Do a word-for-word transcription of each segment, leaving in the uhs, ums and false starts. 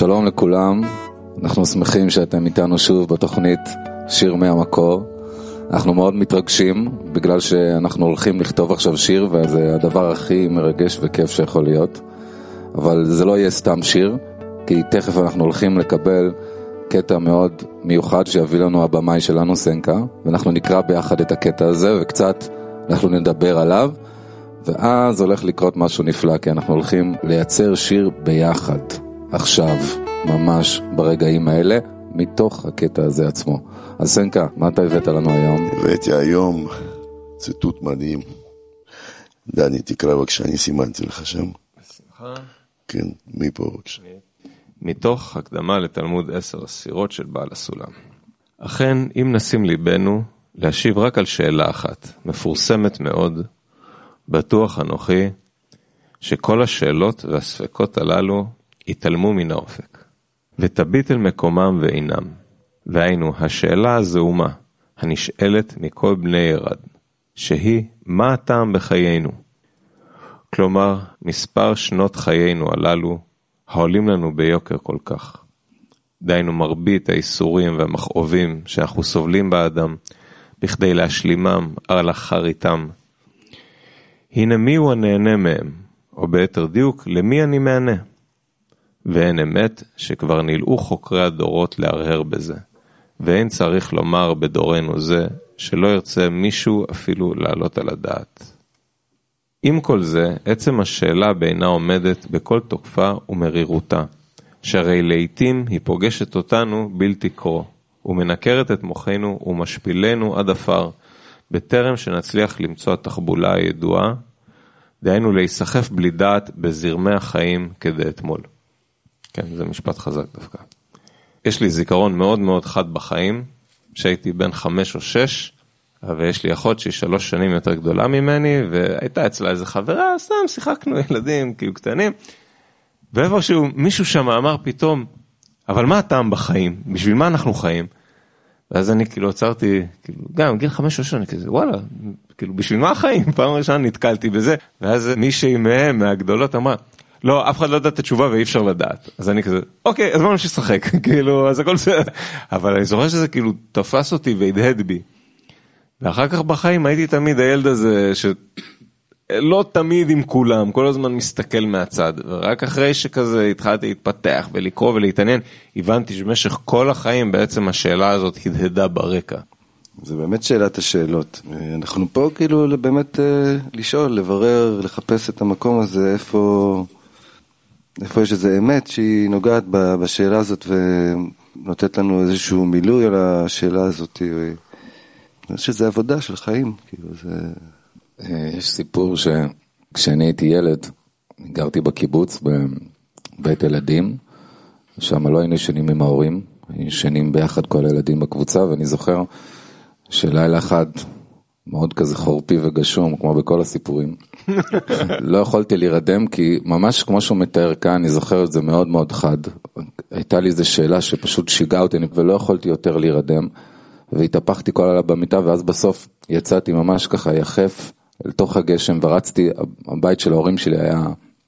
שלום לכולם, אנחנו שמחים שאתם איתנו שוב בתוכנית שיר מהמקור. אנחנו מאוד מתרגשים בגלל שאנחנו הולכים לכתוב עכשיו שיר, וזה הדבר הכי מרגש וכיף שיכול להיות. אבל זה לא יהיה סתם שיר, כי תכף אנחנו הולכים לקבל קטע מאוד מיוחד שיביא לנו הבמאי שלנו סנקה, ואנחנו נקרא ביחד את הקטע הזה וקצת אנחנו נדבר עליו, ואז הולך לקרות משהו נפלא, כי אנחנו הולכים לייצר שיר ביחד עכשיו, ממש ברגעים האלה, מתוך הקטע הזה עצמו. אז סנקה, מה אתה הבאת לנו היום? הבאתי היום ציטוט מדהים. דני, תקרא בבקשה, אני סימנתי לך שם. בשמחה. כן, מי פה בבקשה? מתוך הקדמה לתלמוד עשר הספירות של בעל הסולם. אכן, אם נשים ליבנו להשיב רק על שאלה אחת, מפורסמת מאוד, בטוח אנוכי, שכל השאלות והספקות הללו יתעלמו מן האופק, ותביט אל מקומם ואינם. והיינו, השאלה הזעומה, הנשאלת מכל בני ירד, שהיא, מה הטעם בחיינו? כלומר, מספר שנות חיינו הללו, העולים לנו ביוקר כל כך. דיינו מרבית האיסורים והמכאובים שאנחנו סובלים באדם, בכדי להשלימם על אחריתם. הנה מי הוא הנהנה מהם, או ביתר דיוק, למי אני מענה? ואין אמת שכבר נלאו חוקרי הדורות להרהר בזה, ואין צריך לומר בדורנו זה, שלא ירצה מישהו אפילו לעלות על הדעת. עם כל זה, עצם השאלה בעינה עומדת בכל תוקפה ומרירותה, שהרי לעתים היא פוגשת אותנו בלתי קרוא, ומנקרת את מוחנו ומשפילנו עד אפר, בטרם שנצליח למצוא התחבולה הידועה, דהיינו להיסחף בלי דעת בזרמי החיים כדי אתמול. כן, זה משפט חזק דווקא. יש לי זיכרון מאוד מאוד חד בחיים, שהייתי בן חמש או שש, ויש לי אחות שהיא שלוש שנים יותר גדולה ממני, והייתה אצלה איזה חברה, סתם שיחקנו ילדים, כאילו קטנים, ואיפשהו מישהו שם אמר פתאום, אבל מה הטעם בחיים? בשביל מה אנחנו חיים? ואז אני כאילו עצרתי, כאילו, גם גיל חמש או שש, אני כזה, וואלה, כאילו, בשביל מה החיים? פעם ראשונה נתקלתי בזה, ואז מישהי מהם, מהגדולות, אמרה, לא, אף אחד לא יודע את התשובה ואי אפשר לדעת. אז אני כזה, אוקיי, אז בוא נמשיך לשחק, כאילו, אז הכל בסדר. אבל אני זוכר שזה כאילו תפס אותי והדהד בי. ואחר כך בחיים הייתי תמיד הילד הזה, שלא תמיד עם כולם, כל הזמן מסתכל מהצד. ורק אחרי שכזה התחלתי להתפתח ולקרוא ולהתעניין, הבנתי שבמשך כל החיים בעצם השאלה הזאת הדהדה ברקע. זה באמת שאלת השאלות. אנחנו פה כאילו באמת לשאול, לברר, לחפש את המקום הזה, איפה... איפה יש איזו אמת שהיא נוגעת בשאלה הזאת ונותנת לנו איזשהו מילוי על השאלה הזאת. אני חושב שזה עבודה של חיים. כאילו זה... יש סיפור שכשאני הייתי ילד, גרתי בקיבוץ בבית ילדים, שם לא היינו ישנים עם ההורים, היינו ישנים ביחד כל הילדים בקבוצה, ואני זוכר שלילה אחד, מאוד כזה חורפי וגשום, כמו בכל הסיפורים. לא יכולתי להירדם, כי ממש כמו שהוא מתאר כאן, אני זוכר את זה מאוד מאוד חד. הייתה לי איזו שאלה שפשוט שיגעה אותי, ולא יכולתי יותר להירדם, והתהפכתי כל הלילה במיטה, ואז בסוף יצאתי ממש ככה יחף, אל תוך הגשם, ורצתי, הבית של ההורים שלי היה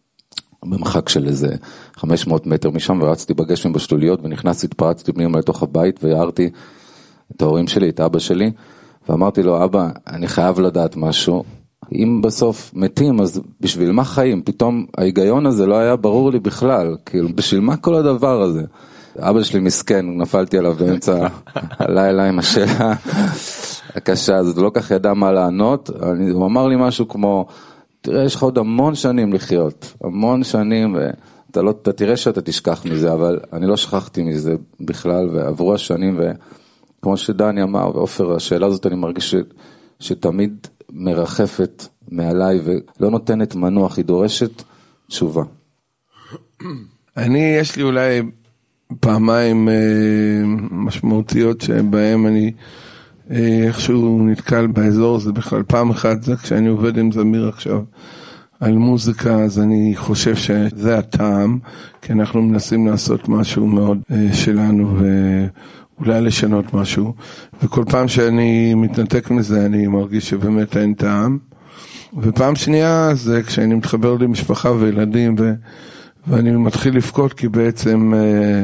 במרחק של איזה חמש מאות מטר משם, ורצתי בגשם בשלוליות, ונכנסתי, התפרצתי פנימה לתוך הבית, והערתי את ההורים שלי, את אבא שלי, ואמרתי לו, אבא, אני חייב לדעת משהו, אם בסוף מתים, אז בשביל מה חיים? פתאום ההיגיון הזה לא היה ברור לי בכלל, כאילו, בשביל מה כל הדבר הזה? אבא שלי מסכן, נפלתי עליו באמצע הלילה עם השאלה הקשה, אז הוא לא כך ידע מה לענות, אני, הוא אמר לי משהו כמו, תראה, יש לך עוד המון שנים לחיות, המון שנים, ואתה לא, אתה תראה שאתה תשכח מזה, אבל אני לא שכחתי מזה בכלל, ועברו השנים, ו... כמו שדני אמר, ואופר, השאלה הזאת אני מרגיש ש, שתמיד מרחפת מעליי, ולא נותנת מנוח, היא דורשת תשובה. אני, יש לי אולי פעמיים אה, משמעותיות, שבהם אני אה, איכשהו נתקל באזור הזה בכלל. פעם אחת זה כשאני עובד עם זמיר עכשיו על מוזיקה, אז אני חושב שזה הטעם, כי אנחנו מנסים לעשות משהו מאוד אה, שלנו, ו... אולי לשנות משהו, וכל פעם שאני מתנתק מזה, אני מרגיש שבאמת אין טעם, ופעם שנייה זה כשאני מתחבר למשפחה וילדים, ו... ואני מתחיל לבכות כי בעצם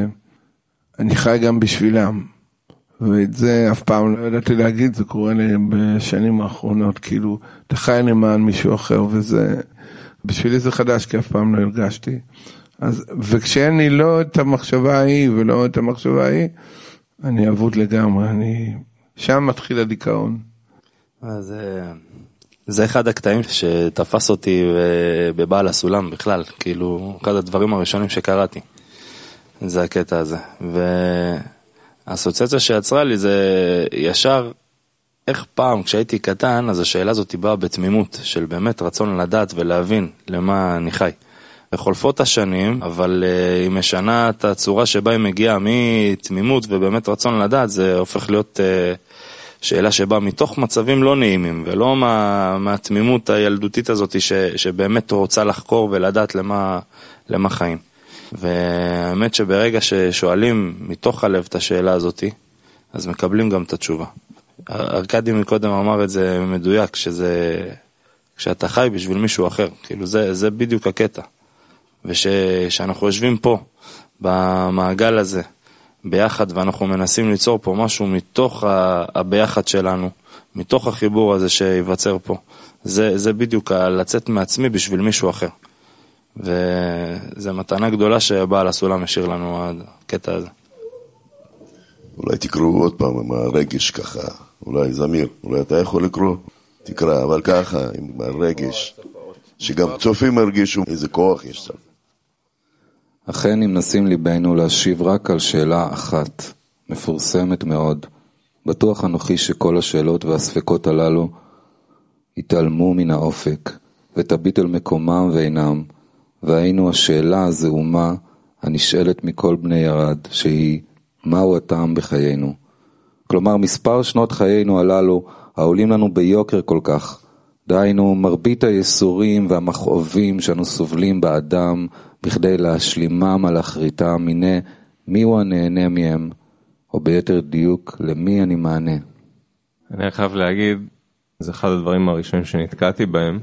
אני חי גם בשבילם. ואת זה אף פעם לא ידעתי להגיד, זה קורה לי בשנים האחרונות, כאילו, אתה חי למען מישהו אחר, וזה, בשבילי זה חדש, כי אף פעם לא הרגשתי. אז, וכשאין לי לא את המחשבה ההיא, ולא את המחשבה ההיא, אני אבוד לגמרי, אני, שם מתחיל הדיכאון. אז זה אחד הקטעים שתפס אותי בבעל הסולם בכלל, כאילו, אחד הדברים הראשונים שקראתי, זה הקטע הזה, ו... האסוציאציה שיצרה לי זה ישר, איך פעם כשהייתי קטן, אז השאלה הזאת באה בתמימות, של באמת רצון לדעת ולהבין למה אני חי. וחולפות השנים, אבל uh, היא משנה את הצורה שבה היא מגיעה מתמימות ובאמת רצון לדעת, זה הופך להיות uh, שאלה שבאה מתוך מצבים לא נעימים, ולא מה, מהתמימות הילדותית הזאת ש, שבאמת רוצה לחקור ולדעת למה, למה חיים. והאמת שברגע ששואלים מתוך הלב את השאלה הזאת, אז מקבלים גם את התשובה. ארקדי מקודם אמר את זה מדויק, שזה, כשאתה חי בשביל מישהו אחר, כאילו זה, זה בדיוק הקטע. ושאנחנו יושבים פה, במעגל הזה, ביחד, ואנחנו מנסים ליצור פה משהו מתוך הביחד שלנו, מתוך החיבור הזה שיווצר פה. זה, זה בדיוק לצאת מעצמי בשביל מישהו אחר. וזו מתנה גדולה שבעל הסולם השאיר לנו הקטע הזה. אולי תקראו עוד פעם עם הרגש ככה, אולי זמיר, אולי אתה יכול לקרוא, תקרא, אבל ככה עם הרגש, שגם צופים הרגישו איזה כוח יש שם. אכן אם נשים ליבנו להשיב רק על שאלה אחת, מפורסמת מאוד, בטוח אנוכי שכל השאלות והספקות הללו התעלמו מן האופק, ותביט אל מקומם ואינם, והיינו השאלה הזעומה הנשאלת מכל בני ירד, שהיא מהו הטעם בחיינו. כלומר, מספר שנות חיינו הללו העולים לנו ביוקר כל כך, דהיינו מרבית היסורים והמכאובים שאנו סובלים באדם, בכדי להשלימם על אחריתם, הנה מיהו הנהנה מהם, או ביתר דיוק, למי אני מענה. אני חייב להגיד, זה אחד הדברים הראשונים שנתקעתי בהם,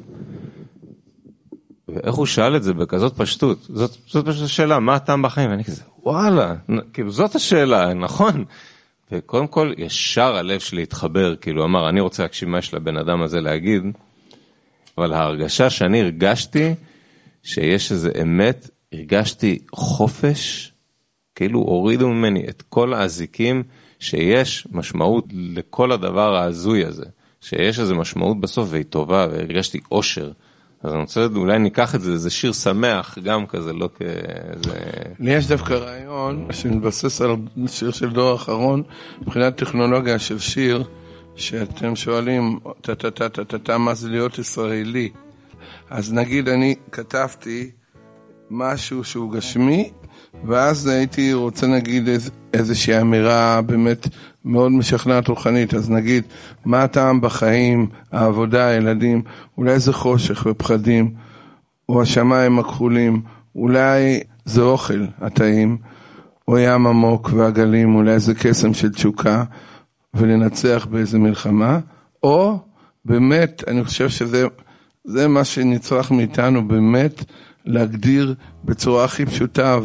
ואיך הוא שאל את זה בכזאת פשטות, זאת, זאת פשוט השאלה, מה הטעם בחיים? ואני כזה, וואלה, כאילו זאת השאלה, נכון? וקודם כל, ישר הלב שלי התחבר, כאילו אמר, אני רוצה להקשיב מה יש לבן אדם הזה להגיד, אבל ההרגשה שאני הרגשתי, שיש איזה אמת, הרגשתי חופש, כאילו הורידו ממני את כל האזיקים, שיש משמעות לכל הדבר ההזוי הזה, שיש איזה משמעות בסוף והיא טובה, והרגשתי אושר, אז אני רוצה, אולי ניקח את זה, זה שיר שמח גם כזה, לא כזה... לי יש דווקא רעיון שמתבסס על שיר של דור האחרון, מבחינת טכנולוגיה של שיר, שאתם שואלים, טה-טה-טה-טה-טה, מה זה להיות ישראלי? אז נגיד אני כתבתי משהו שהוא גשמי, ואז הייתי רוצה נגיד איז, איזושהי אמירה באמת מאוד משכנעת רוחנית, אז נגיד, מה הטעם בחיים, העבודה, הילדים, אולי זה חושך ופחדים, או השמיים הכחולים, אולי זה אוכל, הטעים, או ים עמוק והגלים, אולי זה קסם של תשוקה, ולנצח באיזה מלחמה, או באמת, אני חושב שזה זה מה שנצרך מאיתנו באמת, להגדיר בצורה הכי פשוטה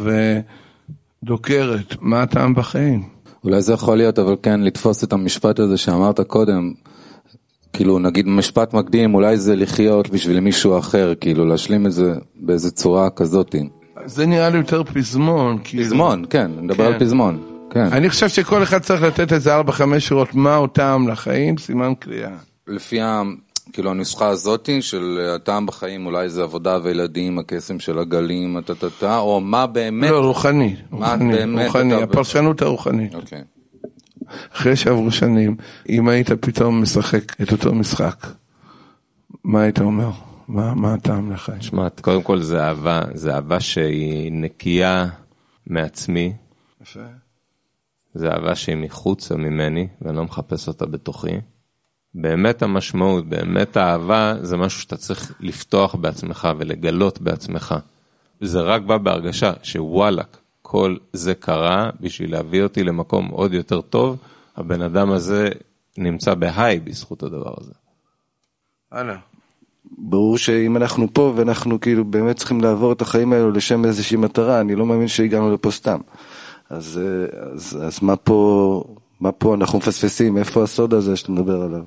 ודוקרת, מה הטעם בחיים. אולי זה יכול להיות, אבל כן, לתפוס את המשפט הזה שאמרת קודם, כאילו נגיד משפט מקדים, אולי זה לחיות בשביל מישהו אחר, כאילו להשלים את זה באיזו צורה כזאת. זה נראה לי יותר פזמון. כאילו. פזמון, כן, נדבר כן. על פזמון. כן. אני חושב שכל אחד צריך לתת איזה ארבע חמש שורות, מהו טעם לחיים, סימן קריאה. לפי ה... כאילו הנוסחה הזאת של הטעם בחיים, אולי זה עבודה וילדים, הקסם של הגלים, הטטטה, או מה באמת... לא, רוחני. מה רוחני, באמת... רוחני, הפרשנות הרוחנית. אוקיי. אחרי שעברו שנים, אם היית פתאום משחק את אותו משחק, מה היית אומר? מה, מה הטעם לחיים? שמע, קודם כל זה אהבה, זה אהבה שהיא נקייה מעצמי. יפה. זה אהבה שהיא מחוצה ממני, ואני לא מחפש אותה בתוכי. באמת המשמעות, באמת האהבה, זה משהו שאתה צריך לפתוח בעצמך ולגלות בעצמך. זה רק בא בהרגשה שוואלק, כל זה קרה בשביל להביא אותי למקום עוד יותר טוב, הבן אדם הזה נמצא בהיי בזכות הדבר הזה. הלאה. ברור שאם אנחנו פה ואנחנו כאילו באמת צריכים לעבור את החיים האלו לשם איזושהי מטרה, אני לא מאמין שהגענו לפה סתם. אז, אז, אז מה פה, מה פה אנחנו מפספסים? איפה הסוד הזה שאתה מדבר עליו?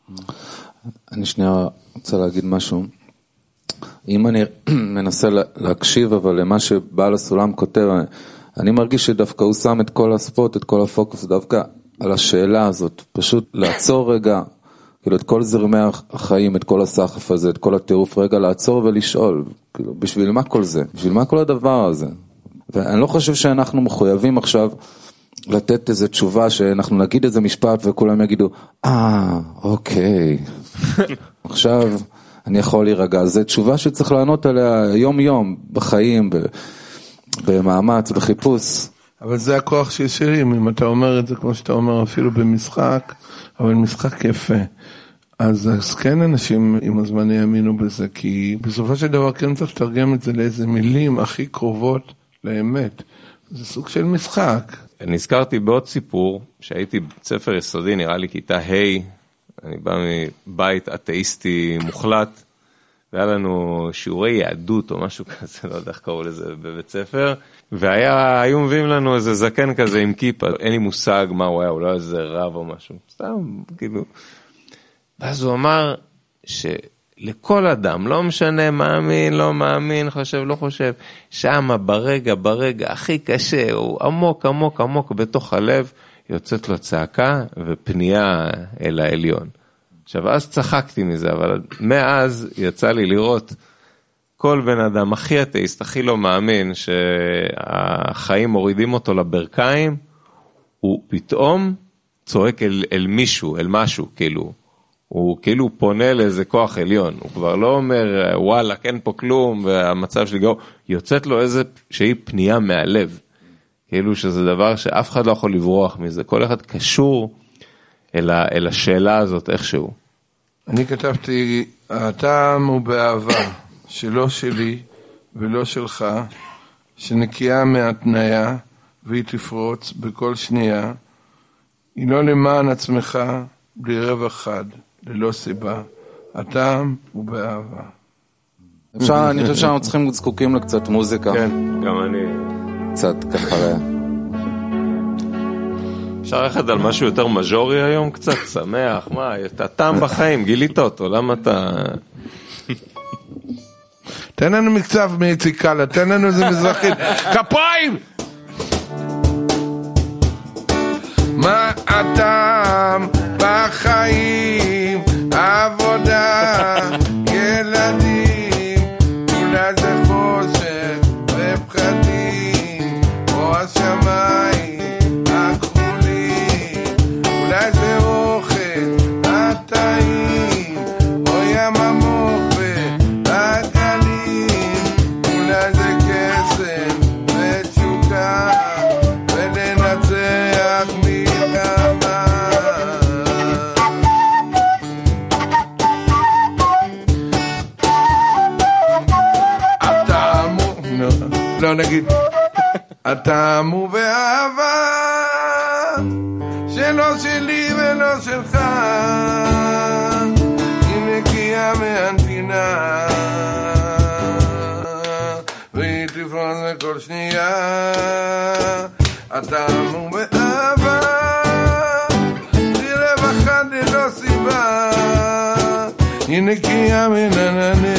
אני שנייה רוצה להגיד משהו. אם אני מנסה להקשיב אבל למה שבעל הסולם כותב, אני מרגיש שדווקא הוא שם את כל הספוט, את כל הפוקוס דווקא על השאלה הזאת, פשוט לעצור רגע, כאילו את כל זרמי החיים, את כל הסחף הזה, את כל הטירוף, רגע לעצור ולשאול, כאילו בשביל מה כל זה? בשביל מה כל הדבר הזה? ואני לא חושב שאנחנו מחויבים עכשיו לתת איזו תשובה שאנחנו נגיד איזה משפט וכולם יגידו, אה, אוקיי, עכשיו אני יכול להירגע. זו תשובה שצריך לענות עליה יום יום, בחיים, במאמץ, בחיפוש. אבל זה הכוח של שירים, אם אתה אומר את זה כמו שאתה אומר אפילו במשחק, אבל משחק יפה. אז, אז כן אנשים עם הזמן יאמינו בזה, כי בסופו של דבר כן צריך לתרגם את זה לאיזה מילים הכי קרובות לאמת. זה סוג של משחק. נזכרתי בעוד סיפור, שהייתי בספר יסודי, נראה לי כיתה ה', אני בא מבית אתאיסטי מוחלט, והיה לנו שיעורי יהדות או משהו כזה, לא יודע איך קראו לזה בבית ספר, והיו מביאים לנו איזה זקן כזה עם כיפה, אין לי מושג מה הוא היה, אולי איזה רב או משהו, סתם, כאילו. ואז הוא אמר שלכל אדם, לא משנה מאמין, לא מאמין, חושב, לא חושב, שמה ברגע, ברגע הכי קשה, הוא עמוק, עמוק, עמוק בתוך הלב, יוצאת לו צעקה ופנייה אל העליון. עכשיו, אז צחקתי מזה, אבל מאז יצא לי לראות כל בן אדם הכי אתאיסט, הכי לא מאמין, שהחיים מורידים אותו לברכיים, הוא פתאום צועק אל, אל מישהו, אל משהו, כאילו. הוא כאילו פונה לאיזה כוח עליון, הוא כבר לא אומר, וואלה, אין פה כלום, והמצב שלי גאו, יוצאת לו איזה שהיא פנייה מהלב. כאילו שזה דבר שאף אחד לא יכול לברוח מזה, כל אחד קשור אל, ה, אל השאלה הזאת איכשהו. אני כתבתי, הטעם הוא באהבה, שלא שלי ולא שלך, שנקייה מהתניה, והיא תפרוץ בכל שנייה, היא לא למען עצמך, בלי רווח חד, ללא סיבה, הטעם הוא באהבה. אפשר, אני חושב שאנחנו צריכים זקוקים לקצת מוזיקה. כן, גם אני. קצת ככה. אפשר ללכת על משהו יותר מז'ורי היום, קצת שמח, מה, אתה טעם בחיים, גילית אותו, למה אתה... תן לנו מקצב מיציקלה, תן לנו איזה מזרחית, כפיים! מה הטעם בחיים, עבודה, ילדים, אולי זה חושך ופחדים, או השמיים הכחולים, אולי זה אוכל הטעים, או ים עמוק והגלים, אולי זה קסם ותשוקה, ולנצח מלחמה. לא נגיד, הטעם הוא באהבה, שלא שלי ולא שלך, היא נקייה מהנתינה, והיא תפרוץ לכל שנייה. הטעם הוא באהבה, בלי רווחה ללא סיבה, היא נקייה מנננה,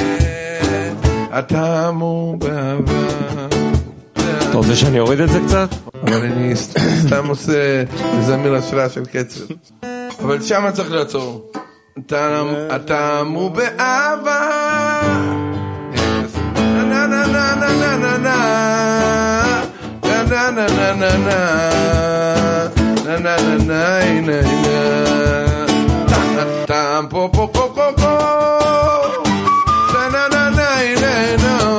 הטעם הוא באהבה. אתה רוצה שאני אוריד את זה קצת? אבל אני סתם עושה מזמיר השאלה של קצב. אבל שם צריך לעצור. הטעם הוא באהבה, נה נה נה נה נה נה נה נה נה נה נה נה נה נה נה נה הטעם פה פה פה פה פה נה נה נה נה נה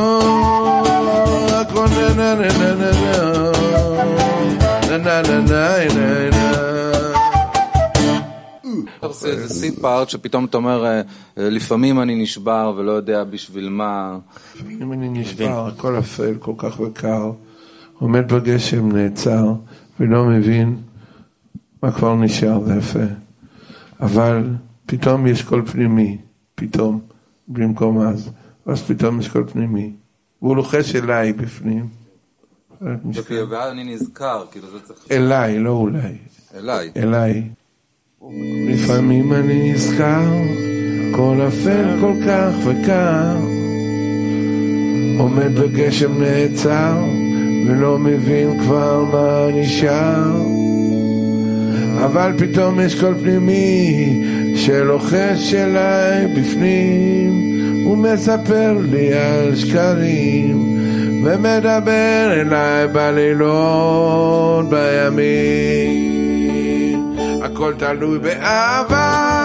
נה נה נה נה נה נה נה נה. זה סיפארט שפתאום אתה אומר, לפעמים אני נשבר ולא יודע בשביל מה. לפעמים אני נשבר, הכל אפל, כל כך וקר, עומד בגשם, נעצר, ולא מבין מה כבר נשאר, זה יפה. אבל פתאום יש קול פנימי, פתאום, במקום אז, ואז פתאום יש קול פנימי, והוא לוחש אליי בפנים. ואז אני נזכר, כאילו זה צריך... אליי, לא אולי. אליי. אליי. לפעמים אני נזכר, כל אפל כל כך וקר, עומד בגשם נעצר, ולא מבין כבר מה נשאר. אבל פתאום יש קול פנימי שלוחש אליי בפנים, הוא מספר לי על שקרים ומדבר אליי בלילות בימים. הכל תלוי באהבה.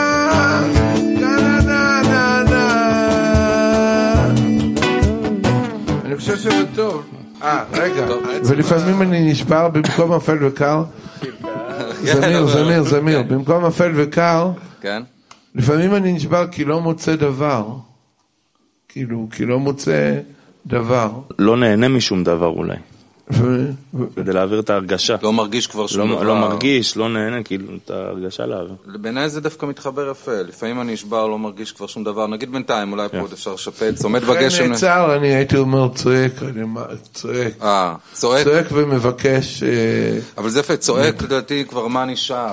אני חושב שזה טוב. אה, רגע, ולפעמים אני נשבר במקום אפל וקר. זמיר, זמיר, זמיר, במקום אפל וקר, לפעמים אני נשבר כי לא מוצא דבר, כאילו, כי לא מוצא דבר. לא נהנה משום דבר אולי, כדי להעביר את ההרגשה. לא מרגיש כבר שום דבר. לא מרגיש, לא נהנה, כאילו, את ההרגשה להעביר. בעיניי זה דווקא מתחבר יפה, לפעמים אני נשבר, לא מרגיש כבר שום דבר, נגיד בינתיים, אולי פה עוד אפשר לשפץ, עומד בגשם. אחרי נעצר, אני הייתי אומר צועק, צועק, צועק ומבקש. אבל זה יפה, צועק לדעתי כבר מה נשאר.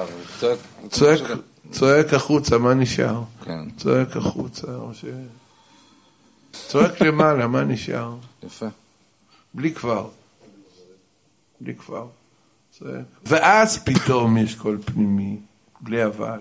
צועק החוצה, מה נשאר? צועק החוצה, צועק למעלה, מה נשאר? יפה. בלי כבר. בלי כבר. ואז פתאום יש קול פנימי, בלי אבל,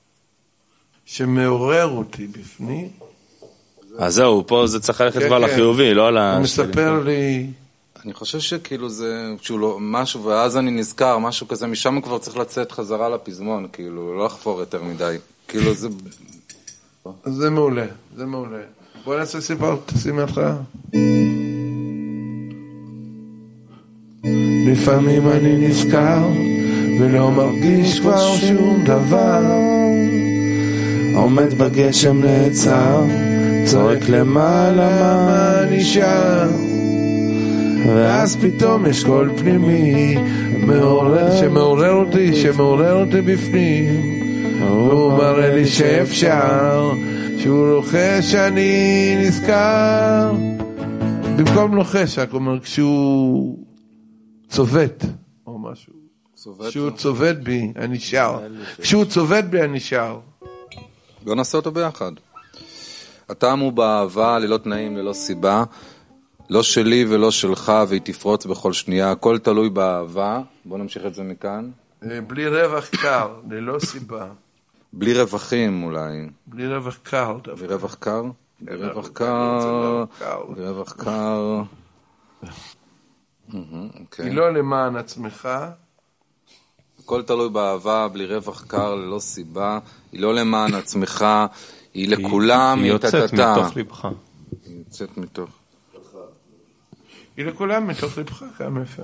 שמעורר אותי בפנים. אז זהו, פה זה צריך ללכת כבר לחיובי, לא על ה... הוא מספר לי... אני חושב שכאילו זה, שהוא לא, משהו, ואז אני נזכר, משהו כזה, משם כבר צריך לצאת חזרה לפזמון, כאילו, לא לחפור יותר מדי. כאילו זה... זה מעולה, זה מעולה. בוא נעשה סיפור, תשים מהתחלה. לפעמים אני נזכר ולא מרגיש כבר שום דבר, עומד בגשם נעצר, צועק למעלה מה נשאר, ואז פתאום יש קול פנימי מעורר, שמעורר אותי, שמעורר אותי בפנים, והוא מראה לי שאפשר, שהוא לוחש אני נזכר, במקום לוחש, רק אומר כשהוא צובט, או משהו. כשהוא צובט בי, אני שר. כשהוא צובט בי, אני שר. בוא נעשה אותו ביחד. הטעם הוא באהבה, ללא תנאים, ללא סיבה. לא שלי ולא שלך, והיא תפרוץ בכל שנייה. הכל תלוי באהבה. בוא נמשיך את זה מכאן. בלי רווח קר, ללא סיבה. בלי רווחים אולי. בלי רווח קר. בלי רווח קר? בלי רווח קר. בלי רווח קר. היא לא למען עצמך. הכל תלוי באהבה, בלי רווח קר, ללא סיבה. היא לא למען עצמך, היא לכולם, היא יוצאת מתוך לבך. היא יוצאת מתוך. היא לכולם מתוך לבך, כמה יפה.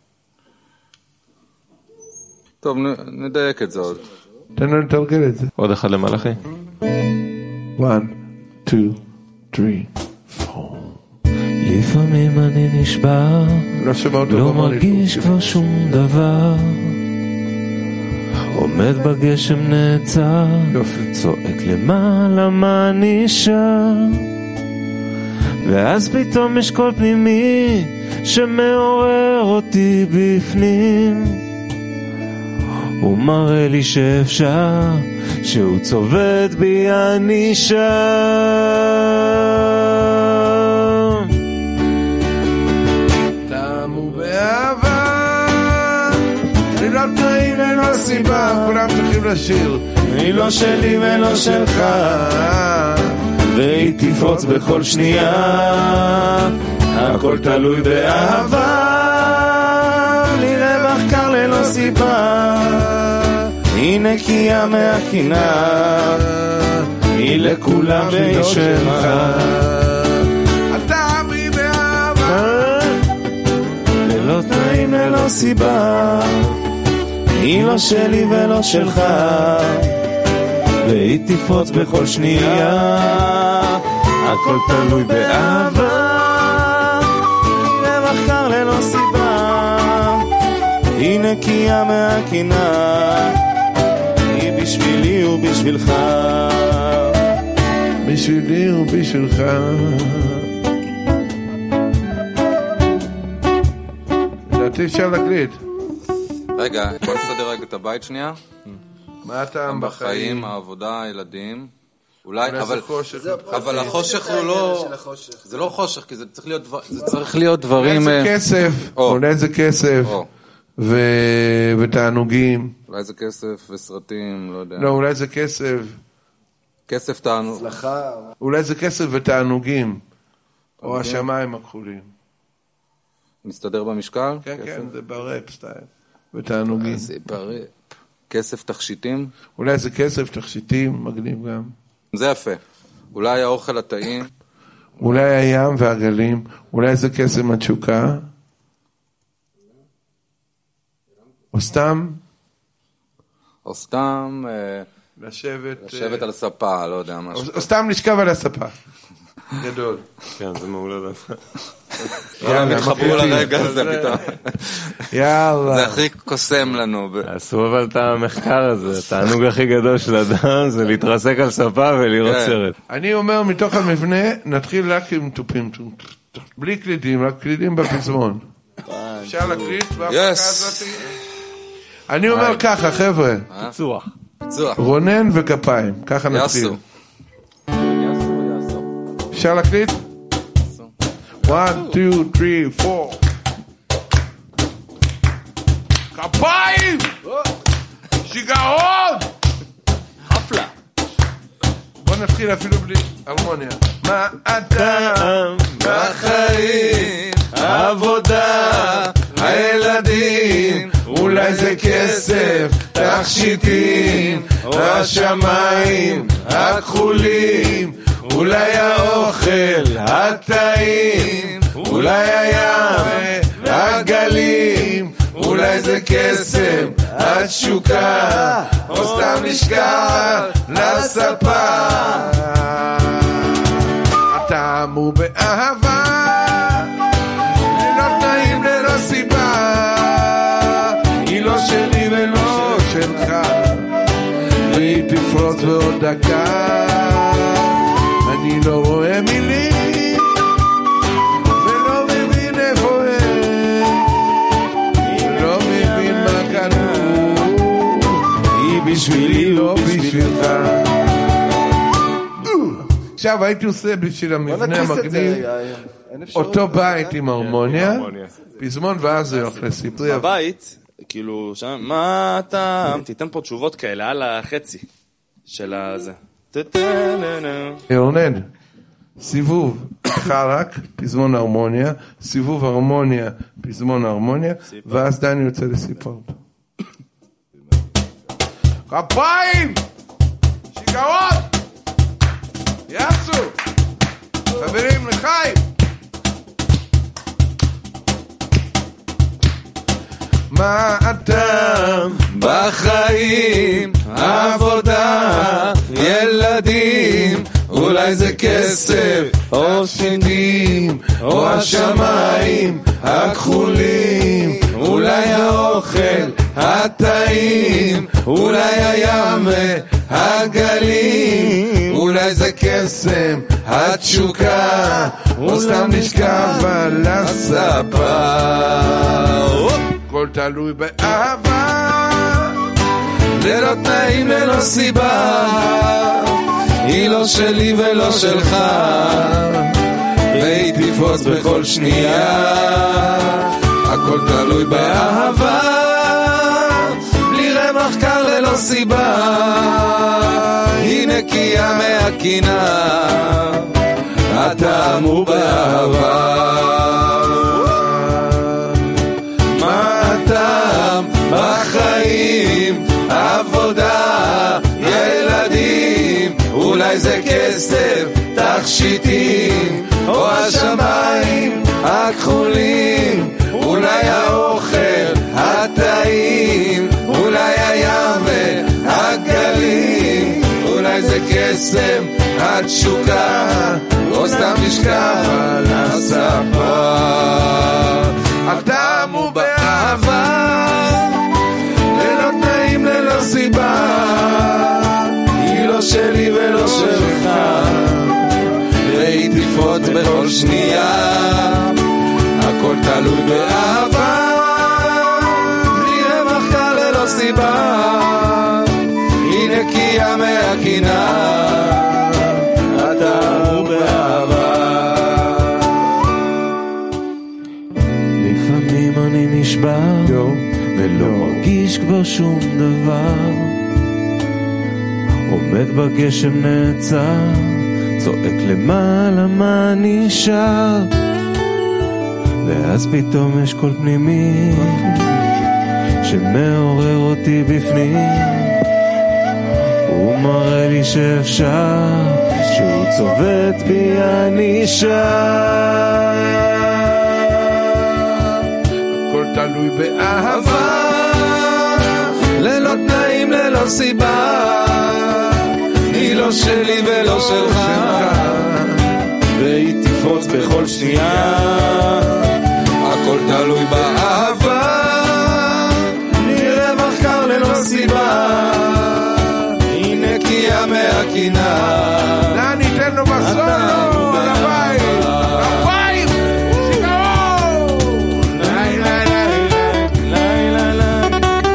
טוב, נדייק את זה עוד. תן לנו לתרגל את זה. עוד אחד למלאכי. one, two, three, four. לפעמים אני נשבר, לא מרגיש כבר שום דבר, עומד בגשם נעצר, צועק למעלה מה נשאר, ואז פתאום יש קול פנימי שמעורר אותי בפנים, הוא מראה לי שאפשר, שהוא צובט בי אני שם. תמו באהבה, ללא תנאים ללא סיבה, כולם צריכים לשיר. היא לא שלי ולא שלך, והיא תפרוץ בכל שנייה, הכל תלוי באהבה, בלי רווח קר ללא סיבה, היא נקייה מהקנאה, היא לכולם והיא שלך. אתה בי באהבה, ללא תנאים ללא סיבה, היא לא שלי ולא שלך, והיא תפרוץ בכל שנייה, הכל תלוי באהבה, רווח קר ללא סיבה, היא נקייה מהקנאה, היא בשבילי ובשבילך. בשבילי ובשבילך. לדעתי אפשר להקליט. רגע, בוא נסדר רגע את הבית שנייה. מה הטעם בחיים? העבודה, הילדים. אולי, אבל, אבל החושך הוא לא, זה לא חושך, כי זה צריך להיות, זה צריך להיות דברים... אולי זה כסף, אולי זה כסף, ותענוגים. אולי זה כסף וסרטים, לא יודע. לא, אולי זה כסף. כסף תענוג. אולי זה כסף ותענוגים, או השמיים הכחולים. מסתדר במשקל? כן, כן, זה ברפ סטייל, ותענוגים. זה ברפ. כסף תכשיטים? אולי זה כסף תכשיטים, מגניב גם. זה יפה. אולי האוכל הטעים. אולי הים והגלים. אולי זה קסם התשוקה. או סתם. או סתם. לשבת. לשבת על ספה, לא יודע משהו. או סתם לשכב על הספה. גדול. כן, זה מעולה. יאללה, מתחברו לרגע הזה פתאום. יאללה. זה הכי קוסם לנו. עשו אבל את המחקר הזה, התענוג הכי גדול של אדם זה להתרסק על ספה ולראות סרט. אני אומר מתוך המבנה, נתחיל רק עם תופים, בלי קלידים, רק קלידים בפזמון. אפשר להקליט בהפקה הזאת? אני אומר ככה, חבר'ה. פיצוח. רונן וכפיים, ככה נתחיל. אפשר להקליט? one, two, three, four. כפיים! שיגעון! חפלה. בוא נתחיל אפילו בלי הרמוניה. מה אתה בחיים, עבודה, הילדים, אולי זה כסף, תכשיטים, השמיים הכחולים, אולי האוכל הטעים, אולי הים והגלים, אולי זה קסם התשוקה, או סתם לשכב לספה. הטעם הוא באהבה, ללא תנאים ללא סיבה, היא לא שלי ולא שלך, והיא תפרוץ בעוד דקה. אני לא רואה מילים ולא מבין איפה הם, לא מבין מה כתוב, היא בשבילי לא בשבילך. עכשיו הייתי עושה בשביל המבנה המגניב אותו בית עם הרמוניה, פזמון, ואז זה הולך לסיפרי. הבית, כאילו, מה אתה... תיתן פה תשובות כאלה על החצי של הזה. רונן, סיבוב חרק, פזמון הרמוניה, סיבוב הרמוניה, פזמון הרמוניה, ואז דני יוצא לסיפור. כפיים! שיגעון! יעשו! חברים, לחיים! מה אתה בחיים, עבודה, ילדים, אולי זה כסף, או שדים, או השמיים הכחולים, אולי האוכל הטעים, אולי הים והגלים, אולי זה קסם התשוקה, או סתם לשכב על הספה. הכל תלוי באהבה, ללא תנאים ללא סיבה, היא לא שלי ולא שלך, והיא תפרוץ בכל שנייה. הכל תלוי באהבה, בלי רווח קר ללא סיבה, היא נקייה מהקינה, הטעם הוא באהבה. מה הטעם בחיים, עבודה, ילדים, אולי זה כסף, תכשיטים, או השמיים הכחולים, אולי האוכל הטעים, אולי הים והגלים, אולי זה קסם התשוקה, או סתם לשכב על הספה. הטעם הוא באהבה, ללא תנאים ללא סיבה, היא לא שלי ולא שלך, והיא תפרוץ בכל שנייה. הכל תלוי באהבה, בלי רווחה ללא סיבה, היא נקייה מהקינה, אתה הוא באהבה. לפעמים אני נשבר ולא מרגיש כבר שום דבר, עומד בגשם נעצר, צועק למעלה מה נשאר, ואז פתאום יש קול פנימי שמעורר אותי בפנים, הוא מראה לי שאפשר, שהוא צובט בי אני נשאר. הכל תלוי באהבה, ללא תנאים ללא סיבה, היא לא שלי ולא שלך, והיא תפרוץ בכל שנייה. הכל תלוי באהבה, מרווח קר ללא סיבה, היא נקייה מהקינה. לאן ניתן לו בסולו? לבית, לבית, שיגעו! לי לי לי לי לי לי.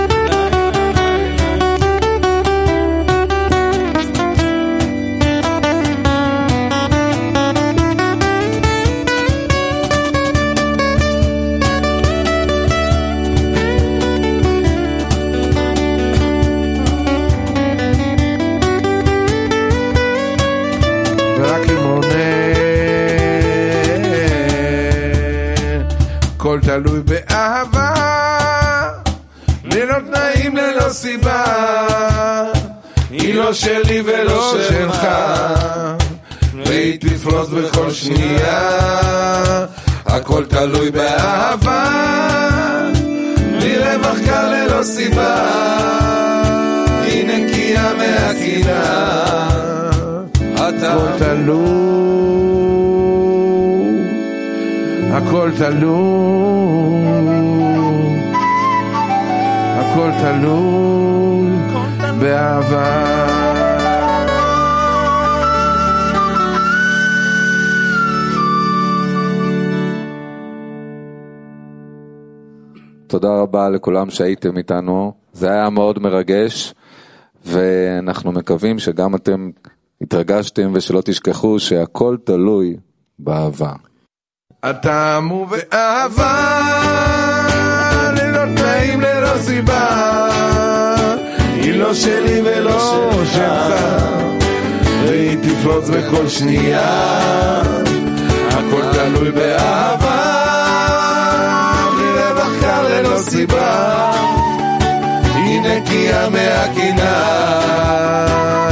הכל תלוי באהבה, ללא תנאים ללא סיבה, היא לא שלי ולא שלך, והיא תפרוץ בכל שנייה. הכל תלוי באהבה, בלי רווח קר ללא סיבה, היא נקייה מהקינה, הכל תלוי, הכל תלוי, הכל תלוי באהבה. תודה רבה לכולם שהייתם איתנו, זה היה מאוד מרגש, ואנחנו מקווים שגם אתם התרגשתם ושלא תשכחו שהכל תלוי באהבה. הטעם הוא באהבה, ללא תנאים ללא סיבה, היא לא שלי ולא שלך, והיא תפרוץ בכל שנייה. הכל תלוי באהבה, בלי רווח קר ללא סיבה, היא נקייה מהקינה,